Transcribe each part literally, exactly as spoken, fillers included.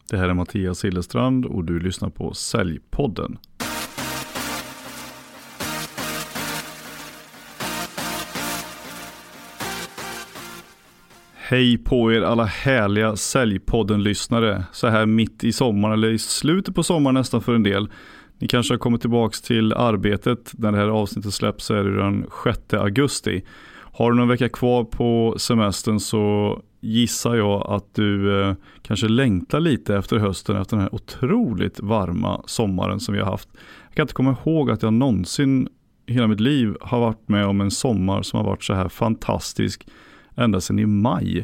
Det här är Mattias Hillestrand och du lyssnar på Säljpodden. Hej på er alla härliga Säljpodden-lyssnare. Så här mitt i sommaren eller i slutet på sommaren nästan för en del. Ni kanske har kommit tillbaka till arbetet. När det här avsnittet släpps så är det den sjätte augusti. Har du någon vecka kvar på semestern så gissar jag att du eh, kanske längtar lite efter hösten, efter den här otroligt varma sommaren som vi har haft. Jag kan inte komma ihåg att jag någonsin i hela mitt liv har varit med om en sommar som har varit så här fantastisk ända sedan i maj.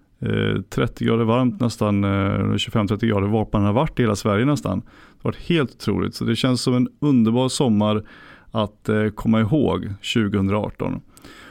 Eh, trettio grader varmt nästan, eh, tjugofem till trettio grader vart man har varit i hela Sverige nästan. Det har varit helt otroligt, så det känns som en underbar sommar att eh, komma ihåg tjugo arton.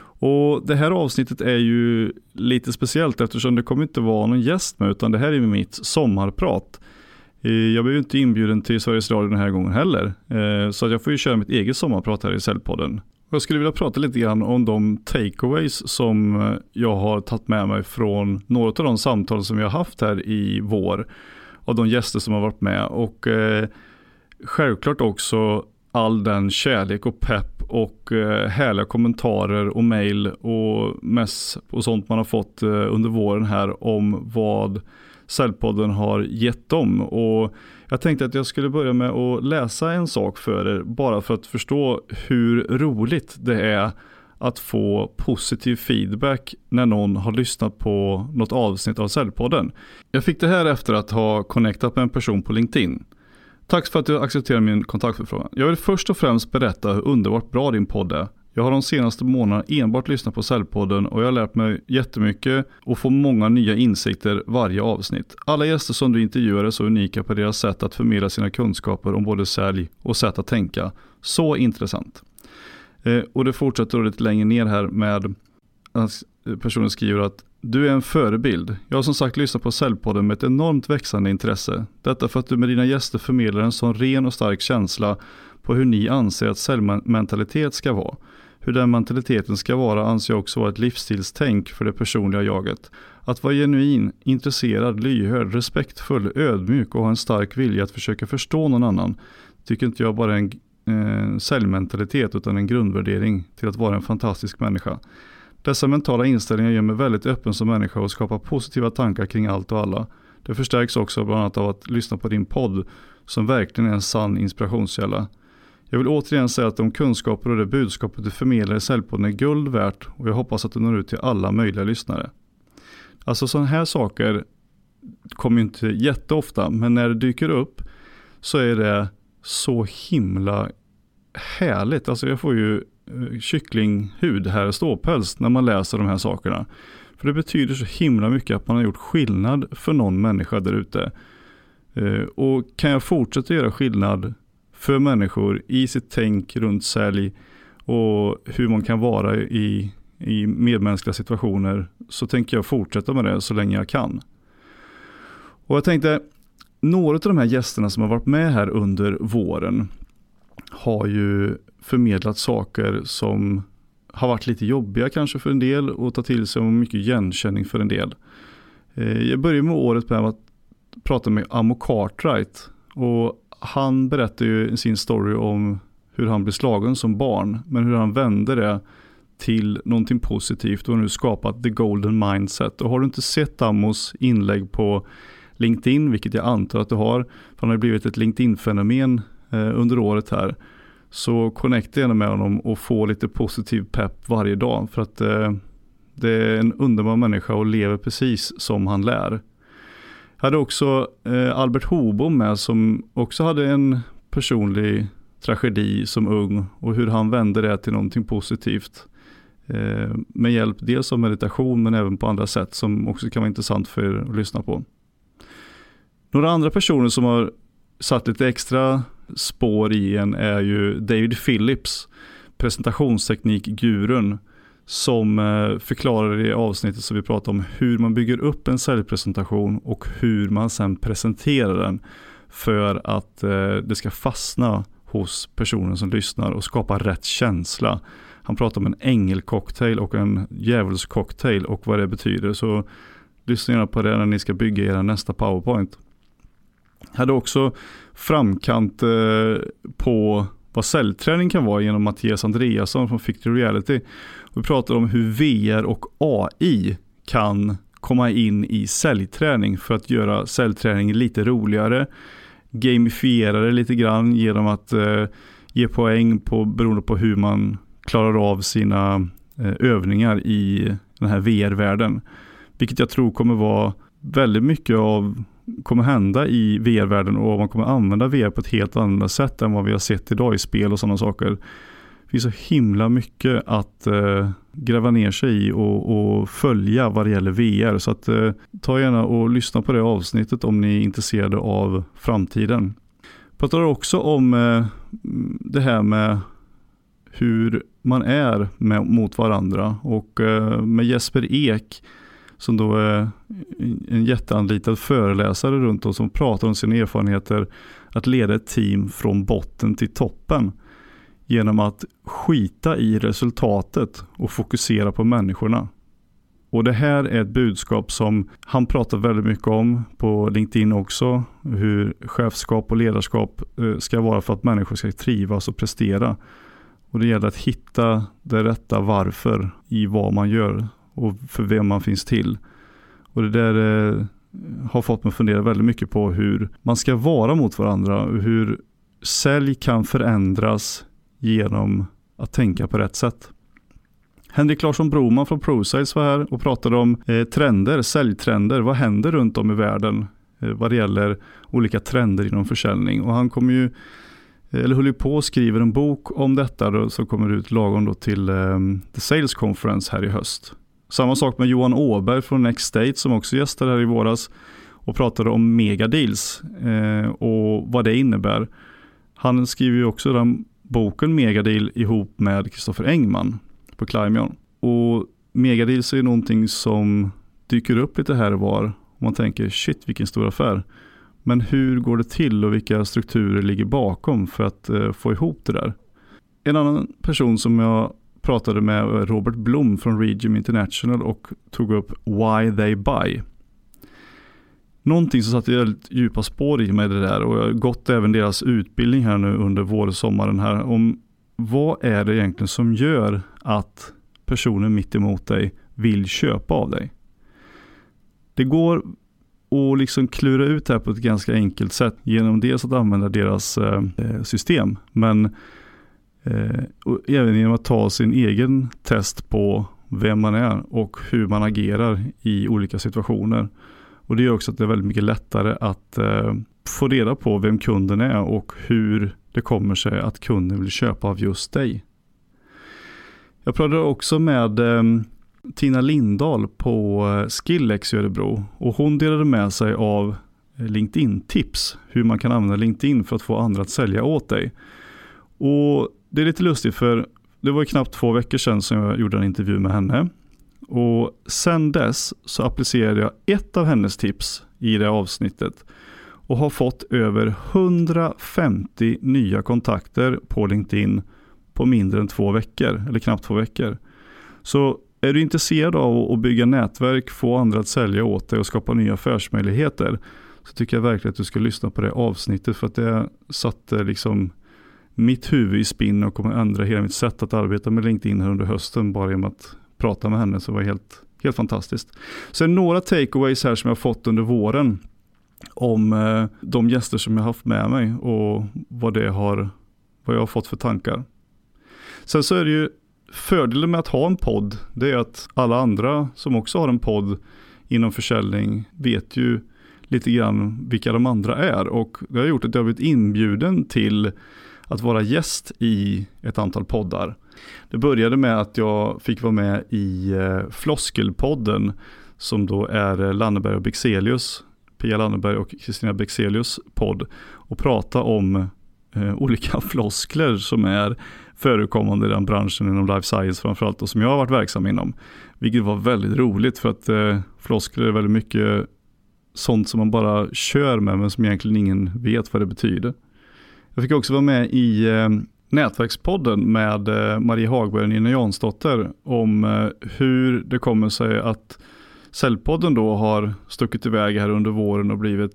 Och det här avsnittet är ju lite speciellt eftersom det kommer inte vara någon gäst med, utan det här är mitt sommarprat. Jag blev ju inte inbjuden till Sveriges Radio den här gången heller, så att jag får ju köra mitt eget sommarprat här i Säljpodden. Jag skulle vilja prata lite grann om de takeaways som jag har tagit med mig från några av de samtal som vi har haft här i vår, av de gäster som har varit med, och eh, självklart också all den kärlek och pepp och eh, härliga kommentarer och mejl och mess och sånt man har fått eh, under våren här om vad Säljpodden har gett dem. Och jag tänkte att jag skulle börja med att läsa en sak för er, bara för att förstå hur roligt det är att få positiv feedback när någon har lyssnat på något avsnitt av Säljpodden. Jag fick det här efter att ha connectat med en person på LinkedIn. Tack för att du accepterar min kontaktförfrågan. Jag vill först och främst berätta hur underbart bra din podd är. Jag har de senaste månaderna enbart lyssnat på Säljpodden och jag har lärt mig jättemycket och får många nya insikter varje avsnitt. Alla gäster som du intervjuar är så unika på deras sätt att förmedla sina kunskaper om både sälj och sätt att tänka. Så intressant. Eh, och det fortsätter lite längre ner här med att personen skriver att du är en förebild. Jag har som sagt lyssnat på Säljpodden med ett enormt växande intresse. Detta för att du med dina gäster förmedlar en sån ren och stark känsla på hur ni anser att säljmentalitet ska vara. Hur den mentaliteten ska vara anser jag också vara ett livsstilstänk för det personliga jaget. Att vara genuin, intresserad, lyhörd, respektfull, ödmjuk och ha en stark vilja att försöka förstå någon annan tycker inte jag bara är en eh, säljmentalitet utan en grundvärdering till att vara en fantastisk människa. Dessa mentala inställningar gör mig väldigt öppen som människa och skapar positiva tankar kring allt och alla. Det förstärks också bland annat av att lyssna på din podd som verkligen är en sann inspirationskälla. Jag vill återigen säga att de kunskaper och det budskapet du förmedlar i Säljpodden är guld värt och jag hoppas att du når ut till alla möjliga lyssnare. Alltså sådana här saker kommer inte jätteofta, men när det dyker upp så är det så himla härligt. Alltså jag får ju kycklinghud här, ståpäls, när man läser de här sakerna. För det betyder så himla mycket att man har gjort skillnad för någon människa där ute. Och kan jag fortsätta göra skillnad för människor i sitt tänk runt sälj och hur man kan vara i, i medmänskliga situationer, så tänker jag fortsätta med det så länge jag kan. Och jag tänkte, några av de här gästerna som har varit med här under våren har ju förmedlat saker som har varit lite jobbiga kanske för en del och ta till sig mycket igenkänning för en del. Jag började med året med att prata med Amo Cartwright, och han berättar ju sin story om hur han blev slagen som barn, men hur han vände det till någonting positivt och nu skapat The Golden Mindset. Och har du inte sett Amos inlägg på LinkedIn, vilket jag antar att du har, för han har blivit ett LinkedIn-fenomen eh, under året här, så connecta gärna med honom och få lite positiv pepp varje dag, för att eh, det är en underbar människa och lever precis som han lär. Jag hade också eh, Albert Hobom med, som också hade en personlig tragedi som ung och hur han vände det till någonting positivt eh, med hjälp dels av meditation men även på andra sätt som också kan vara intressant för er att lyssna på. Några andra personer som har satt lite extra spår i en är ju David Phillips, presentationsteknik-gurun, som förklarar i avsnittet som vi pratar om hur man bygger upp en säljpresentation och hur man sen presenterar den för att det ska fastna hos personen som lyssnar och skapa rätt känsla. Han pratar om en ängelcocktail och en djävulscocktail och vad det betyder, så lyssna gärna på det när ni ska bygga era nästa PowerPoint. hade också framkant eh, på vad cellträning kan vara genom Mattias Andreasson från Fictory Reality. Vi pratar om hur V R och A I kan komma in i cellträning för att göra cellträning lite roligare, gamifiera det lite grann genom att eh, ge poäng på, beroende på hur man klarar av sina eh, övningar i den här V R-världen. Vilket jag tror kommer vara väldigt mycket av kommer hända i V R-världen, och man kommer använda V R på ett helt annat sätt än vad vi har sett idag i spel och sådana saker. Det finns så himla mycket att eh, gräva ner sig i och, och följa vad det gäller V R. Så att, eh, ta gärna och lyssna på det avsnittet om ni är intresserade av framtiden. Jag pratar också om eh, det här med hur man är med, mot varandra. Och eh, med Jesper Ek, som då är en jätteanlitad föreläsare runt om, som pratar om sina erfarenheter att leda ett team från botten till toppen genom att skita i resultatet och fokusera på människorna. Och det här är ett budskap som han pratar väldigt mycket om på LinkedIn också, hur chefskap och ledarskap ska vara för att människor ska trivas och prestera. Och det gäller att hitta det rätta varför i vad man gör och för vem man finns till. Och det där eh, har fått mig att fundera väldigt mycket på hur man ska vara mot varandra. Hur sälj kan förändras genom att tänka på rätt sätt. Henrik Larsson Broman från ProSales var här och pratade om eh, trender, säljtrender. Vad händer runt om i världen eh, vad det gäller olika trender inom försäljning. Och han kommer ju eller håller på och skriver en bok om detta då, som kommer ut lagom då till um, The Sales Conference här i höst. Samma sak med Johan Åberg från Next State, som också gästade här i våras och pratade om megadeals eh, och vad det innebär. Han skriver ju också den boken Megadeal ihop med Kristoffer Engman på Climion. Och megadeals är någonting som dyker upp lite här och var och man tänker shit vilken stor affär. Men hur går det till och vilka strukturer ligger bakom för att eh, få ihop det där? En annan person som jag pratade med är Robert Blom från Regium International och tog upp Why They Buy. Någonting som satte väldigt djupa spår i mig det där, och jag har gått även deras utbildning här nu under vårsommaren här om vad är det egentligen som gör att personen mitt emot dig vill köpa av dig. Det går och liksom klura ut det här på ett ganska enkelt sätt genom dels att använda deras eh, system, men eh, och även genom att ta sin egen test på vem man är och hur man agerar i olika situationer. Och det gör också att det är väldigt mycket lättare att eh, få reda på vem kunden är och hur det kommer sig att kunden vill köpa av just dig. Jag pratade också med eh, Tina Lindahl på Skillex i Örebro, och hon delade med sig av LinkedIn-tips hur man kan använda LinkedIn för att få andra att sälja åt dig. Och det är lite lustigt, för det var knappt två veckor sedan som jag gjorde en intervju med henne, och sen dess så applicerade jag ett av hennes tips i det avsnittet och har fått över hundrafemtio nya kontakter på LinkedIn på mindre än två veckor, eller knappt två veckor. Så är du intresserad av att bygga nätverk, få andra att sälja åt dig och skapa nya affärsmöjligheter, så tycker jag verkligen att du ska lyssna på det avsnittet, för att det satte liksom mitt huvud i spinn och kommer ändra hela mitt sätt att arbeta med LinkedIn här under hösten bara genom att prata med henne, så var helt, helt fantastiskt. Sen några takeaways här som jag fått under våren om eh, de gäster som jag haft med mig och vad det har, vad jag har fått för tankar. Sen så är det ju fördelen med att ha en podd, det är att alla andra som också har en podd inom försäljning vet ju lite grann vilka de andra är, och det har gjort att jag har blivit inbjuden till att vara gäst i ett antal poddar. Det började med att jag fick vara med i eh, Floskelpodden, som då är Lanneberg och Bexelius, Pia Lanneberg och Kristina Bexelius podd, och prata om eh, olika floskler som är förekommande i den branschen inom life science framförallt, och som jag har varit verksam inom. Vilket var väldigt roligt, för att eh, floskler är väldigt mycket sånt som man bara kör med men som egentligen ingen vet vad det betyder. Jag fick också vara med i eh, Nätverkspodden med eh, Marie Hagberg och Nina Jansdotter om eh, hur det kommer sig att Säljpodden då har stuckit iväg här under våren och blivit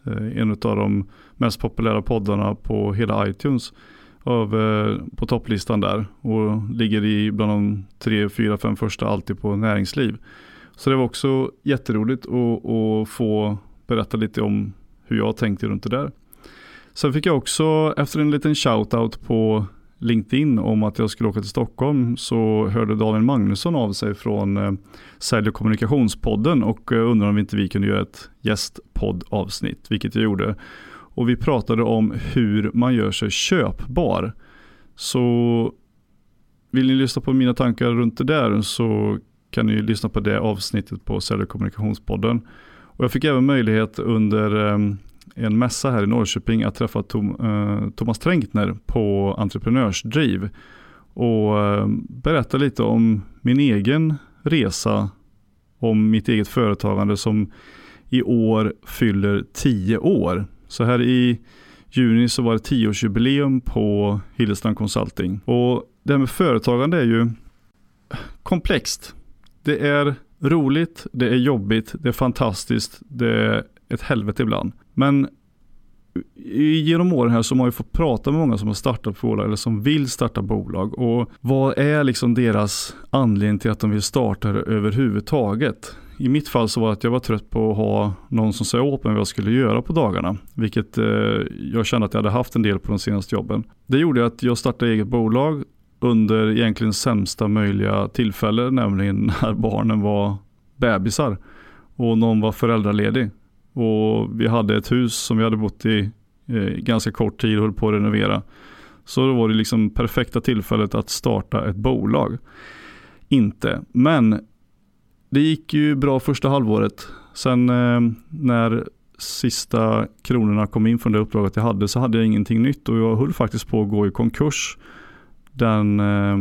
en av de mest populära poddarna på hela iTunes av, på topplistan där och ligger i bland de tre, fyra, fem första alltid på näringsliv. Så det var också jätteroligt att, att få berätta lite om hur jag tänkte runt det där. Sen fick jag också efter en liten shoutout på LinkedIn om att jag skulle åka till Stockholm, så hörde Daniel Magnusson av sig från eh, Sälj- och kommunikationspodden och eh, undrade om inte vi kunde göra ett gästpoddavsnitt, vilket jag gjorde. Och vi pratade om hur man gör sig köpbar. Så vill ni lyssna på mina tankar runt det där, så kan ni lyssna på det avsnittet på Sälj- och kommunikationspodden. Och jag fick även möjlighet under eh, en mässa här i Norrköping att träffa Tom, eh, Thomas Tränkner på Entreprenörsdriv och eh, berätta lite om min egen resa, om mitt eget företagande som i år fyller tio år. Så här i juni så var det tioårsjubileum på Hillestrand Consulting. Och det här med företagande är ju komplext. Det är roligt, det är jobbigt, det är fantastiskt, det är ett helvete ibland. Men genom åren här så har man ju fått prata med många som har startat bolag eller som vill starta bolag. Och vad är liksom deras anledning till att de vill starta det överhuvudtaget? I mitt fall så var det att jag var trött på att ha någon som sa åt mig vad jag skulle göra på dagarna. Vilket eh, jag kände att jag hade haft en del på de senaste jobben. Det gjorde att jag startade eget bolag under egentligen sämsta möjliga tillfälle, nämligen när barnen var bebisar och någon var föräldraledig. Och vi hade ett hus som vi hade bott i eh, ganska kort tid och höll på att renovera. Så då var det liksom perfekta tillfället att starta ett bolag. Inte, men det gick ju bra första halvåret. Sen eh, när sista kronorna kom in från det uppdraget jag hade, så hade jag ingenting nytt och jag höll faktiskt på att gå i konkurs den eh,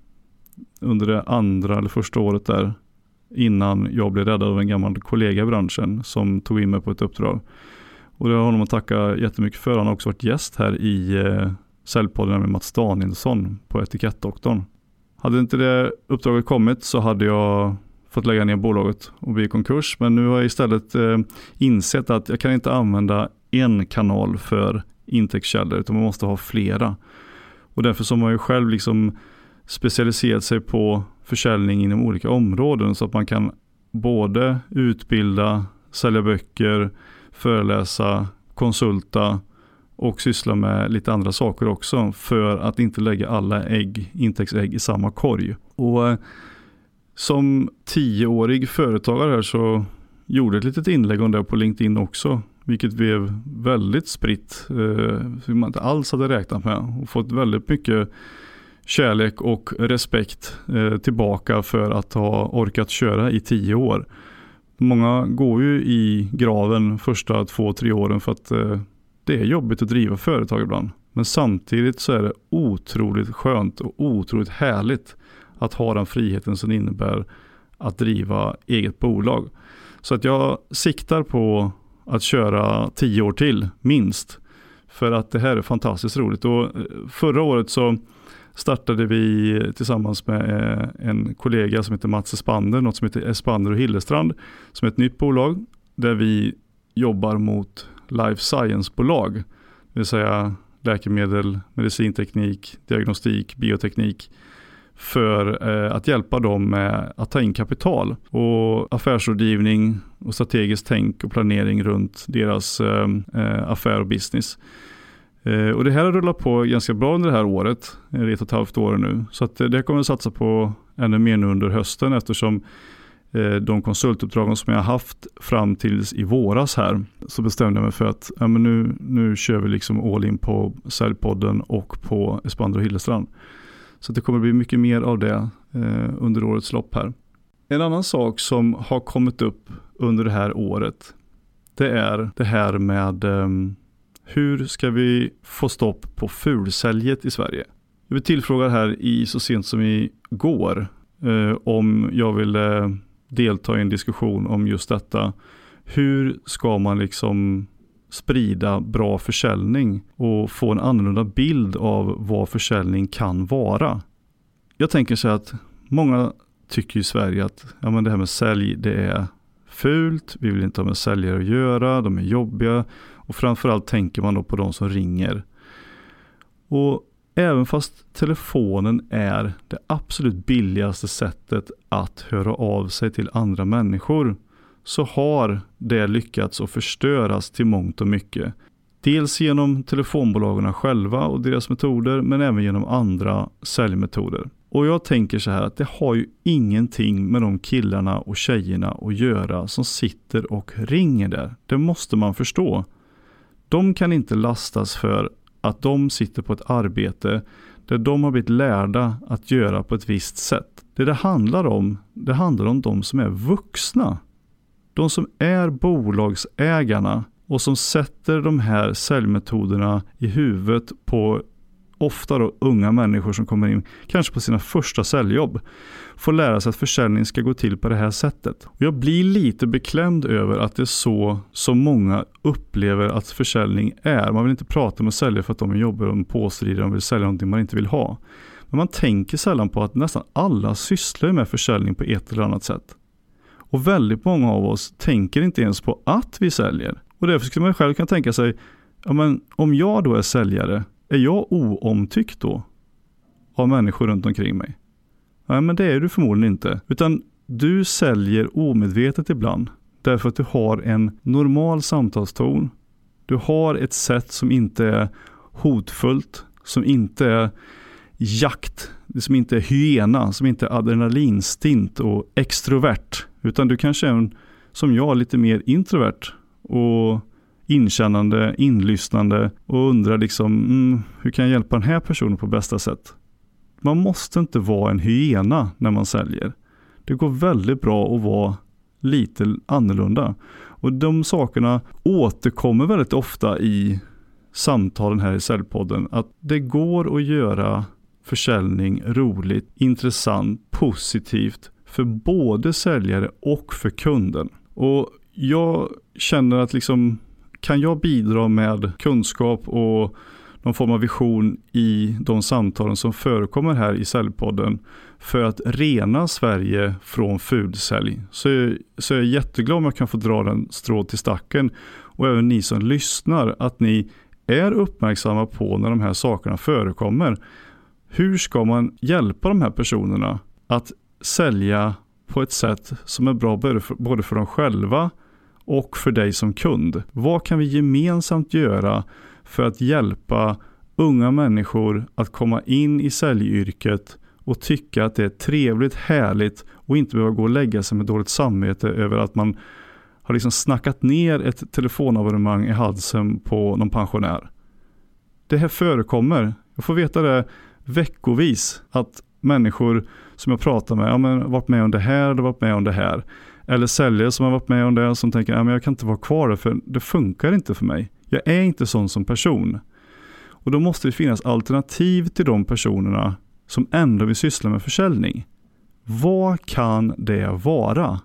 under det andra eller första året där, innan jag blev räddad av en gammal kollega i branschen som tog in mig på ett uppdrag. Och det har honom att tacka jättemycket för. Han har också varit gäst här i eh, Säljpodden med Mats Danielsson på Etikettdoktorn. Hade inte det uppdraget kommit så hade jag fått lägga ner bolaget och bli i konkurs. Men nu har jag istället eh, insett att jag kan inte använda en kanal för intäktskällor, utan man måste ha flera. Och därför som man ju själv liksom specialiserat sig på försäljning inom olika områden, så att man kan både utbilda, sälja böcker, föreläsa, konsulta och syssla med lite andra saker också, för att inte lägga alla ägg, intäktsägg i samma korg. Och eh, som tioårig företagare här så gjorde jag ett litet inlägg om det på LinkedIn också, vilket blev väldigt spritt, eh, som man inte alls hade räknat med, och fått väldigt mycket kärlek och respekt eh, tillbaka för att ha orkat köra i tio år. Många går ju i graven första två, tre åren för att eh, det är jobbigt att driva företag ibland. Men samtidigt så är det otroligt skönt och otroligt härligt att ha den friheten som innebär att driva eget bolag. Så att jag siktar på att köra tio år till, minst. För att det här är fantastiskt roligt. Och förra året så startade vi tillsammans med en kollega som heter Mats Espander, något som heter Espander och Hillestrand, som är ett nytt bolag där vi jobbar mot life science-bolag, det vill säga läkemedel, medicinteknik, diagnostik, bioteknik, för eh, att hjälpa dem med att ta in kapital och affärsrådgivning och strategiskt tänk och planering runt deras eh, affär och business. Eh, och det här har rullat på ganska bra under det här året, ett och ett halvt år nu. Så att det kommer att satsa på ännu mer nu under hösten, eftersom eh, de konsultuppdragen som jag har haft fram tills i våras här, så bestämde jag mig för att ja, men nu, nu kör vi liksom all in på Säljpodden och på Espander och Hillestrand. Så det kommer bli mycket mer av det eh, under årets lopp här. En annan sak som har kommit upp under det här året, det är det här med eh, hur ska vi få stopp på fulsäljet i Sverige? Jag vill tillfråga här i så sent som igår eh, om jag vill eh, delta i en diskussion om just detta. Hur ska man liksom sprida bra försäljning och få en annorlunda bild av vad försäljning kan vara? Jag tänker så att många tycker i Sverige att ja, men det här med sälj, det är fult, vi vill inte ha med säljare att göra, de är jobbiga och framförallt tänker man då på de som ringer. Och även fast telefonen är det absolut billigaste sättet att höra av sig till andra människor så har det lyckats att förstöras till mångt och mycket. Dels genom telefonbolagen själva och deras metoder men även genom andra säljmetoder. Och jag tänker så här att det har ju ingenting med de killarna och tjejerna att göra som sitter och ringer där. Det måste man förstå. De kan inte lastas för att de sitter på ett arbete där de har blivit lärda att göra på ett visst sätt. Det det handlar om, det handlar om de som är vuxna. De som är bolagsägarna och som sätter de här säljmetoderna i huvudet på ofta då unga människor som kommer in, kanske på sina första säljjobb, får lära sig att försäljning ska gå till på det här sättet. Och jag blir lite beklämd över att det är så som många upplever att försäljning är. Man vill inte prata med säljare för att de är jobbiga och påstridiga och vill sälja någonting man inte vill ha. Men man tänker sällan på att nästan alla sysslar med försäljning på ett eller annat sätt. Och väldigt många av oss tänker inte ens på att vi säljer. Och därför skulle man själv kunna tänka sig, ja men om jag då är säljare, är jag oomtyckt då av människor runt omkring mig? Nej, men det är du förmodligen inte. Utan du säljer omedvetet ibland därför att du har en normal samtalston. Du har ett sätt som inte är hotfullt, som inte är jakt, som inte är hyena, som inte är adrenalinstint och extrovert. Utan du kanske är en, som jag, lite mer introvert och inkännande, inlyssnande och undrar liksom, mm, hur kan jag hjälpa den här personen på bästa sätt? Man måste inte vara en hyena när man säljer. Det går väldigt bra att vara lite annorlunda. Och de sakerna återkommer väldigt ofta i samtalen här i Säljpodden. Att det går att göra försäljning roligt, intressant, positivt för både säljare och för kunden. Och jag känner att liksom, kan jag bidra med kunskap och någon form av vision i de samtalen som förekommer här i Säljpodden för att rena Sverige från fulsälj, så är, så är jag jätteglad om jag kan få dra den strå till stacken, och även ni som lyssnar, att ni är uppmärksamma på när de här sakerna förekommer. Hur ska man hjälpa de här personerna att sälja på ett sätt som är bra både för, både för dem själva och för dig som kund? Vad kan vi gemensamt göra för att hjälpa unga människor att komma in i säljyrket och tycka att det är trevligt, härligt och inte behöva gå och lägga sig med dåligt samvete över att man har liksom snackat ner ett telefonabonnemang i halsen på någon pensionär. Det här förekommer. Jag får veta det veckovis, att människor som jag pratar med, ja, men varit med om det här, eller varit med om det här. Eller säljare som har varit med om det, som tänker, ja, men jag kan inte vara kvar där för det funkar inte för mig. Jag är inte sån som person. Och då måste det finnas alternativ till de personerna som ändå vill syssla med försäljning. Vad kan det vara?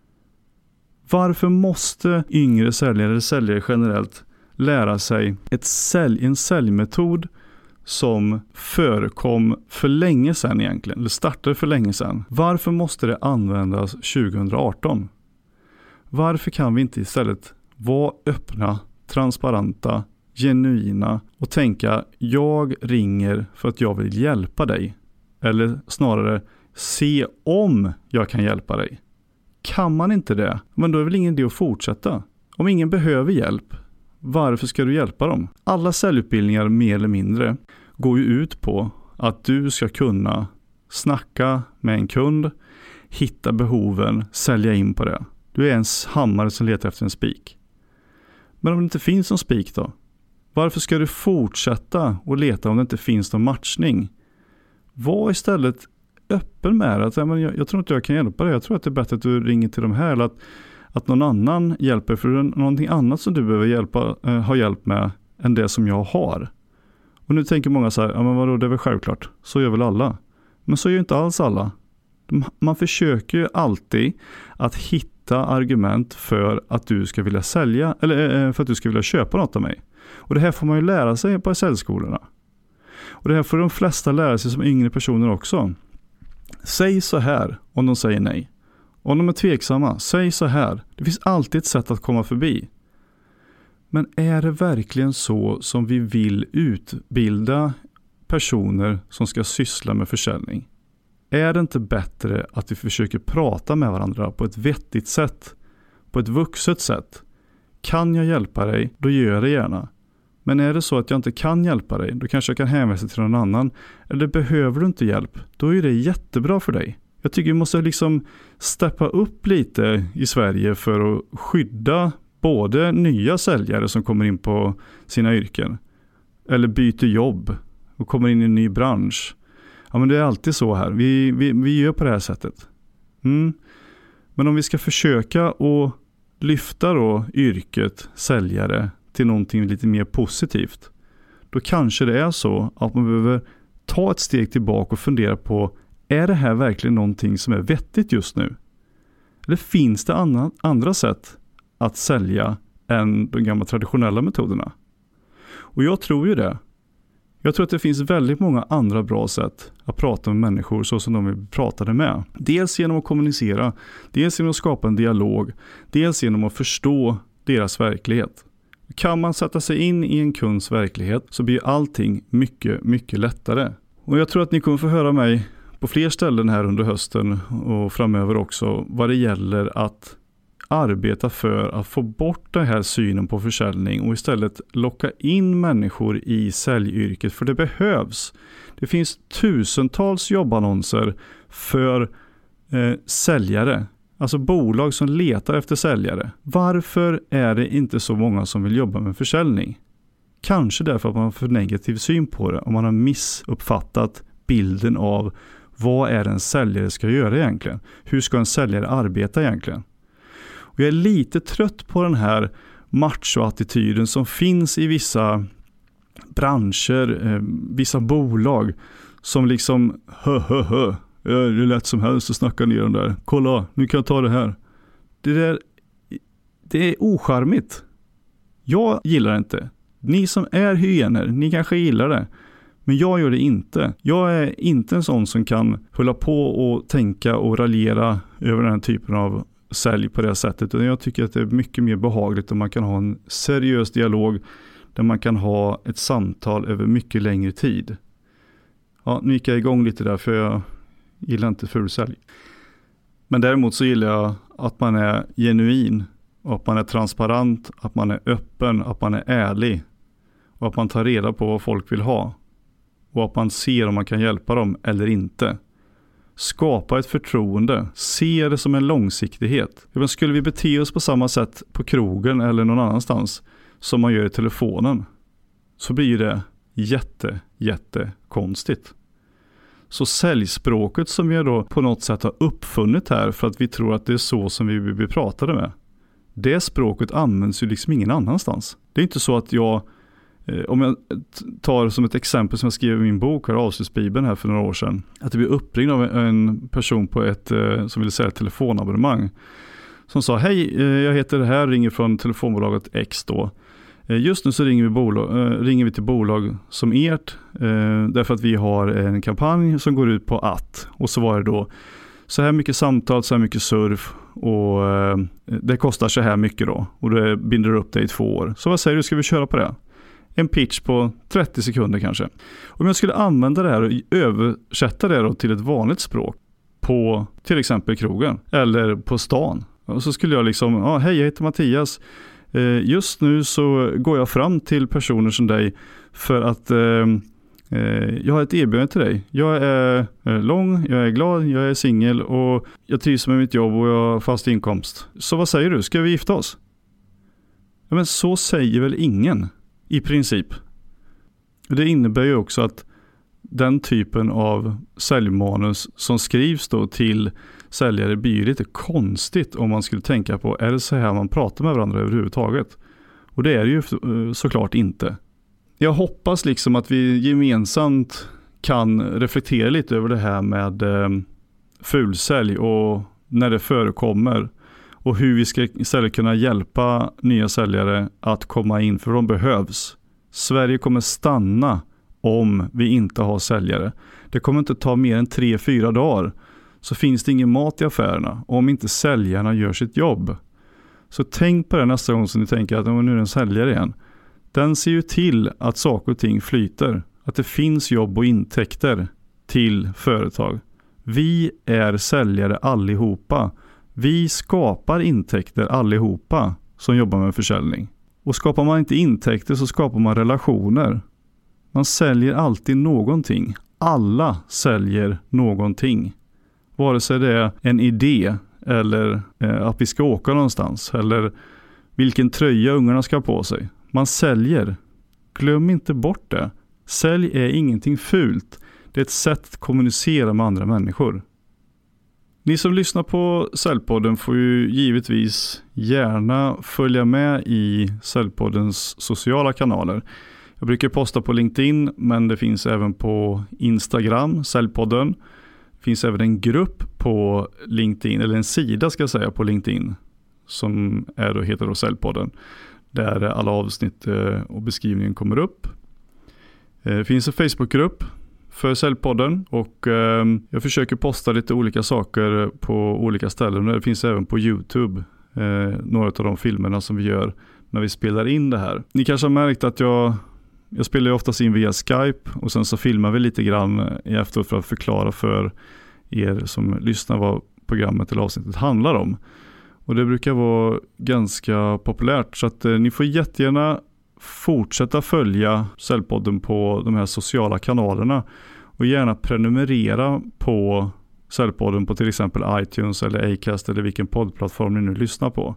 Varför måste yngre säljare eller säljare generellt lära sig ett sälj, en säljmetod som förekom för länge sedan egentligen, eller startade för länge sedan? Varför måste det användas tjugo arton? Varför kan vi inte istället vara öppna, transparenta, genuina och tänka, jag ringer för att jag vill hjälpa dig? Eller snarare, se om jag kan hjälpa dig. Kan man inte det, men då är väl ingen idé att fortsätta. Om ingen behöver hjälp, varför ska du hjälpa dem? Alla säljutbildningar mer eller mindre går ju ut på att du ska kunna snacka med en kund, hitta behoven, sälja in på det. Du är en hammare som letar efter en spik. Men om det inte finns någon spik då? Varför ska du fortsätta och leta om det inte finns någon matchning? Var istället öppen med att jag, jag tror inte jag kan hjälpa dig. Jag tror att det är bättre att du ringer till de här, eller att, att någon annan hjälper, för det är någonting annat som du behöver hjälpa, äh, ha hjälp med än det som jag har. Och nu tänker många så här, ja men vadå, det är väl självklart. Så gör väl alla. Men så gör inte alls alla. Man försöker ju alltid att hitta argument för att du ska vilja sälja, eller för att du ska vilja köpa något av mig. Och det här får man ju lära sig på säljskolorna. Och det här får de flesta lära sig som yngre personer också. Säg så här om de säger nej. Om de är tveksamma, säg så här. Det finns alltid ett sätt att komma förbi. Men är det verkligen så som vi vill utbilda personer som ska syssla med försäljning? Är det inte bättre att vi försöker prata med varandra på ett vettigt sätt? På ett vuxet sätt? Kan jag hjälpa dig, då gör jag det gärna. Men är det så att jag inte kan hjälpa dig, då kanske jag kan hänvisa till någon annan. Eller behöver du inte hjälp, då är det jättebra för dig. Jag tycker vi måste liksom steppa upp lite i Sverige för att skydda både nya säljare som kommer in på sina yrken. Eller byter jobb och kommer in i en ny bransch. Ja, men det är alltid så här. Vi, vi, vi gör på det här sättet. Mm. Men om vi ska försöka att lyfta då yrket säljare till någonting lite mer positivt, då kanske det är så att man behöver ta ett steg tillbaka och fundera på, är det här verkligen någonting som är vettigt just nu? Eller finns det andra, andra sätt att sälja än de gamla traditionella metoderna? Och jag tror ju det. Jag tror att det finns väldigt många andra bra sätt att prata med människor så som de vi pratade med. Dels genom att kommunicera, dels genom att skapa en dialog, dels genom att förstå deras verklighet. Kan man sätta sig in i en kunds verklighet så blir allting mycket, mycket lättare. Och jag tror att ni kommer få höra mig på fler ställen här under hösten och framöver också vad det gäller att arbeta för att få bort den här synen på försäljning och istället locka in människor i säljyrket, för det behövs. Det finns tusentals jobbannonser för eh, säljare, alltså bolag som letar efter säljare. Varför är det inte så många som vill jobba med försäljning? Kanske därför att man har för negativ syn på det och man har missuppfattat bilden av vad är en säljare ska göra egentligen. Hur ska en säljare arbeta egentligen? Och jag är lite trött på den här macho-attityden som finns i vissa branscher, eh, vissa bolag som liksom hö hö hö, det är lätt som helst att snacka ner dem där. Kolla, nu kan jag ta det här. Det där, det är ocharmigt. Jag gillar det inte. Ni som är hyener, ni kanske gillar det. Men jag gör det inte. Jag är inte en sån som kan hålla på och tänka och raljera över den här typen av sälj på det sättet. Jag tycker att det är mycket mer behagligt om man kan ha en seriös dialog där man kan ha ett samtal över mycket längre tid. Ja, nu gick jag igång lite där för jag gillar inte fulsälj. Men däremot så gillar jag att man är genuin och att man är transparent, att man är öppen, att man är ärlig och att man tar reda på vad folk vill ha och att man ser om man kan hjälpa dem eller inte. Skapa ett förtroende. Se det som en långsiktighet. Men skulle vi bete oss på samma sätt på krogen eller någon annanstans som man gör i telefonen, så blir det jätte, jätte konstigt. Så säljspråket som vi då på något sätt har uppfunnit här för att vi tror att det är så som vi blir pratade med, det språket används ju liksom ingen annanstans. Det är inte så att jag, om jag tar som ett exempel som jag skrev i min bok här, Avslutsbibeln här för några år sedan, att det blev uppringd av en person på ett som ville sälja ett telefonabonnemang som sa: hej, jag heter det här, ringer från telefonbolaget X då. Just nu så ringer vi, bolag, ringer vi till bolag som ert därför att vi har en kampanj som går ut på att, och så var det då så här mycket samtal, så här mycket surf och det kostar så här mycket då och det binder upp det i två år. Så vad säger du, ska vi köra på det? En pitch på trettio sekunder kanske. Om jag skulle använda det här och översätta det då till ett vanligt språk på till exempel krogen eller på stan. Och så skulle jag liksom, ja, hej, jag heter Mattias. Just nu så går jag fram till personer som dig för att eh, jag har ett erbjudande till dig. Jag är lång, jag är glad, jag är singel och jag trivs med mitt jobb och jag har fast inkomst. Så vad säger du? Ska vi gifta oss? Ja, men så säger väl ingen i princip. Det innebär ju också att den typen av säljmanus som skrivs då till säljare blir lite konstigt om man skulle tänka på, är det så här man pratar med varandra överhuvudtaget? Och det är det ju såklart inte. Jag hoppas liksom att vi gemensamt kan reflektera lite över det här med eh, fulsälj och när det förekommer och hur vi ska istället kunna hjälpa nya säljare att komma in, för de behövs. Sverige kommer stanna om vi inte har säljare. Det kommer inte ta mer än tre, fyra dagar så finns det ingen mat i affärerna om inte säljarna gör sitt jobb. Så tänk på det nästa gång som ni tänker att nu är det en säljare igen. Den ser ju till att saker och ting flyter. Att det finns jobb och intäkter till företag. Vi är säljare allihopa. Vi skapar intäkter allihopa som jobbar med försäljning. Och skapar man inte intäkter så skapar man relationer. Man säljer alltid någonting. Alla säljer någonting. Vare sig det är en idé eller eh, att vi ska åka någonstans eller vilken tröja ungarna ska ha på sig. Man säljer. Glöm inte bort det. Sälj är ingenting fult. Det är ett sätt att kommunicera med andra människor. Ni som lyssnar på Säljpodden får ju givetvis gärna följa med i Säljpoddens sociala kanaler. Jag brukar posta på LinkedIn, men det finns även på Instagram, Säljpodden. Det finns även en grupp på LinkedIn, eller en sida ska jag säga på LinkedIn, som är då, heter då Säljpodden. Där alla avsnitt och beskrivningen kommer upp. Det finns en Facebookgrupp för Säljpodden och eh, jag försöker posta lite olika saker på olika ställen. Det finns även på YouTube eh, några av de filmerna som vi gör när vi spelar in det här. Ni kanske har märkt att jag, jag spelar ju oftast in via Skype och sen så filmar vi lite grann i efteråt för att förklara för er som lyssnar vad programmet eller avsnittet handlar om. Och det brukar vara ganska populärt så att eh, ni får jättegärna fortsätta följa Säljpodden på de här sociala kanalerna och gärna prenumerera på Säljpodden på till exempel iTunes eller Acast eller vilken poddplattform ni nu lyssnar på.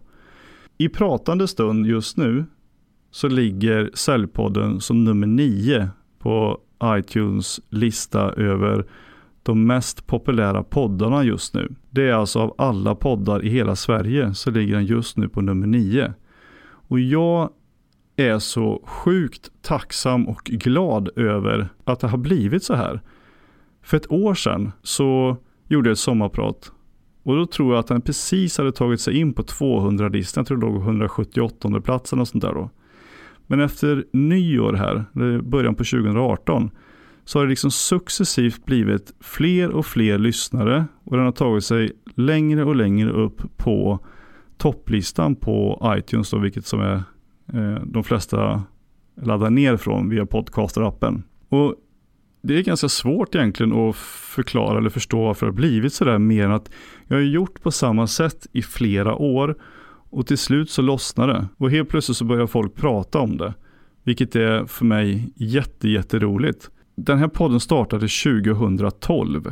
I pratande stund just nu så ligger Säljpodden som nummer nio på iTunes lista över de mest populära poddarna just nu. Det är alltså av alla poddar i hela Sverige så ligger den just nu på nummer nio. Och jag är så sjukt tacksam och glad över att det har blivit så här. För ett år sedan så gjorde jag ett sommarprat och då tror jag att den precis hade tagit sig in på tvåhundra-listan. Jag tror det låg hundrasjuttioåttonde platsen och sånt där då. Men efter nyår här, början på tjugoarton, så har det liksom successivt blivit fler och fler lyssnare och den har tagit sig längre och längre upp på topplistan på iTunes då, vilket som är de flesta laddar ner från via podcaster-appen. Och det är ganska svårt egentligen att förklara eller förstå varför det har blivit så där, mer än att jag har gjort på samma sätt i flera år och till slut så lossnar det. Och helt plötsligt så börjar folk prata om det, vilket är för mig jätte, jätteroligt. Den här podden startade tjugohundratolv,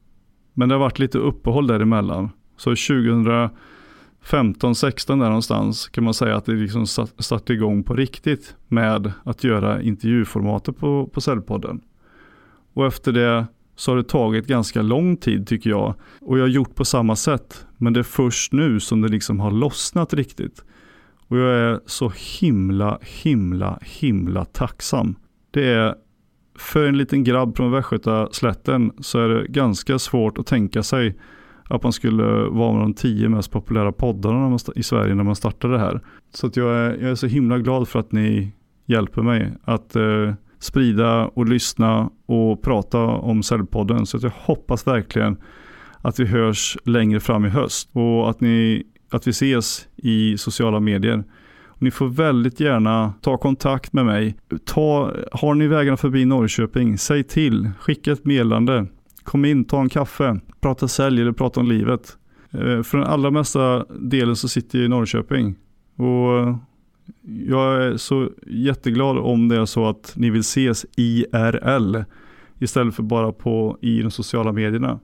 men det har varit lite uppehåll däremellan. Så tjugohundrafemton sexton där någonstans kan man säga att det liksom startade igång på riktigt med att göra intervjuformatet på, på Säljpodden. Och efter det så har det tagit ganska lång tid tycker jag. Och jag har gjort på samma sätt. Men det är först nu som det liksom har lossnat riktigt. Och jag är så himla, himla, himla tacksam. Det är för en liten grabb från Västgötaslätten så är det ganska svårt att tänka sig att man skulle vara med de tio mest populära poddarna i Sverige när man startade det här. Så att jag, är, jag är så himla glad för att ni hjälper mig att eh, sprida och lyssna och prata om Säljpodden. Så att jag hoppas verkligen att vi hörs längre fram i höst och att, ni, att vi ses i sociala medier. Ni får väldigt gärna ta kontakt med mig. Ta, har ni vägarna förbi Norrköping, säg till, skicka ett meddelande. Kom in, ta en kaffe, prata sälj eller prata om livet. Eh, för den allra mesta delen så sitter jag i Norrköping. Och jag är så jätteglad om det är så att ni vill ses I R L istället för bara på i de sociala medierna.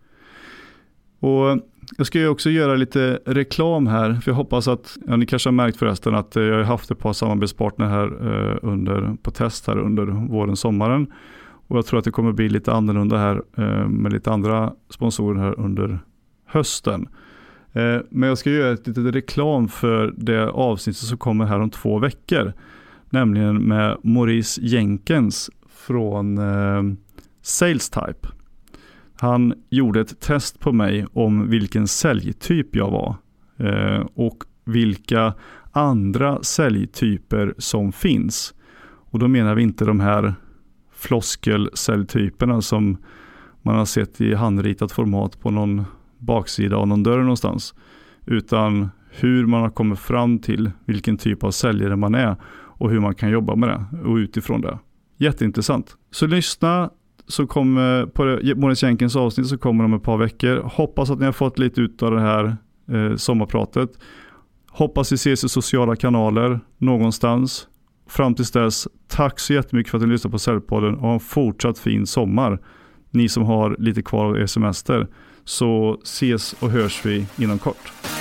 Och jag ska ju också göra lite reklam här, för jag hoppas att, ja, ni kanske har märkt förresten att jag har haft ett par samarbetspartner här eh, under, på test här under våren, sommaren. Och jag tror att det kommer bli lite annorlunda här eh, med lite andra sponsorer här under hösten. Eh, men jag ska göra ett litet reklam för det avsnittet som kommer här om två veckor. Nämligen med Maurice Jenkins från eh, Sales Type. Han gjorde ett test på mig om vilken säljtyp jag var eh, och vilka andra säljtyper som finns. Och då menar vi inte de här floskelsäljtyperna som man har sett i handritat format på någon baksida av någon dörr någonstans, utan hur man har kommit fram till vilken typ av säljare man är och hur man kan jobba med det och utifrån det. Jätteintressant. Så lyssna, så kommer på Månadens Jänkens avsnitt så kommer om ett par veckor. Hoppas att ni har fått lite ut av det här eh, sommarpratet. Hoppas vi ses i sociala kanaler någonstans. Fram tills dess, tack så jättemycket för att ni lyssnar på Säljpodden och ha en fortsatt fin sommar. Ni som har lite kvar av er semester. Så ses och hörs vi inom kort.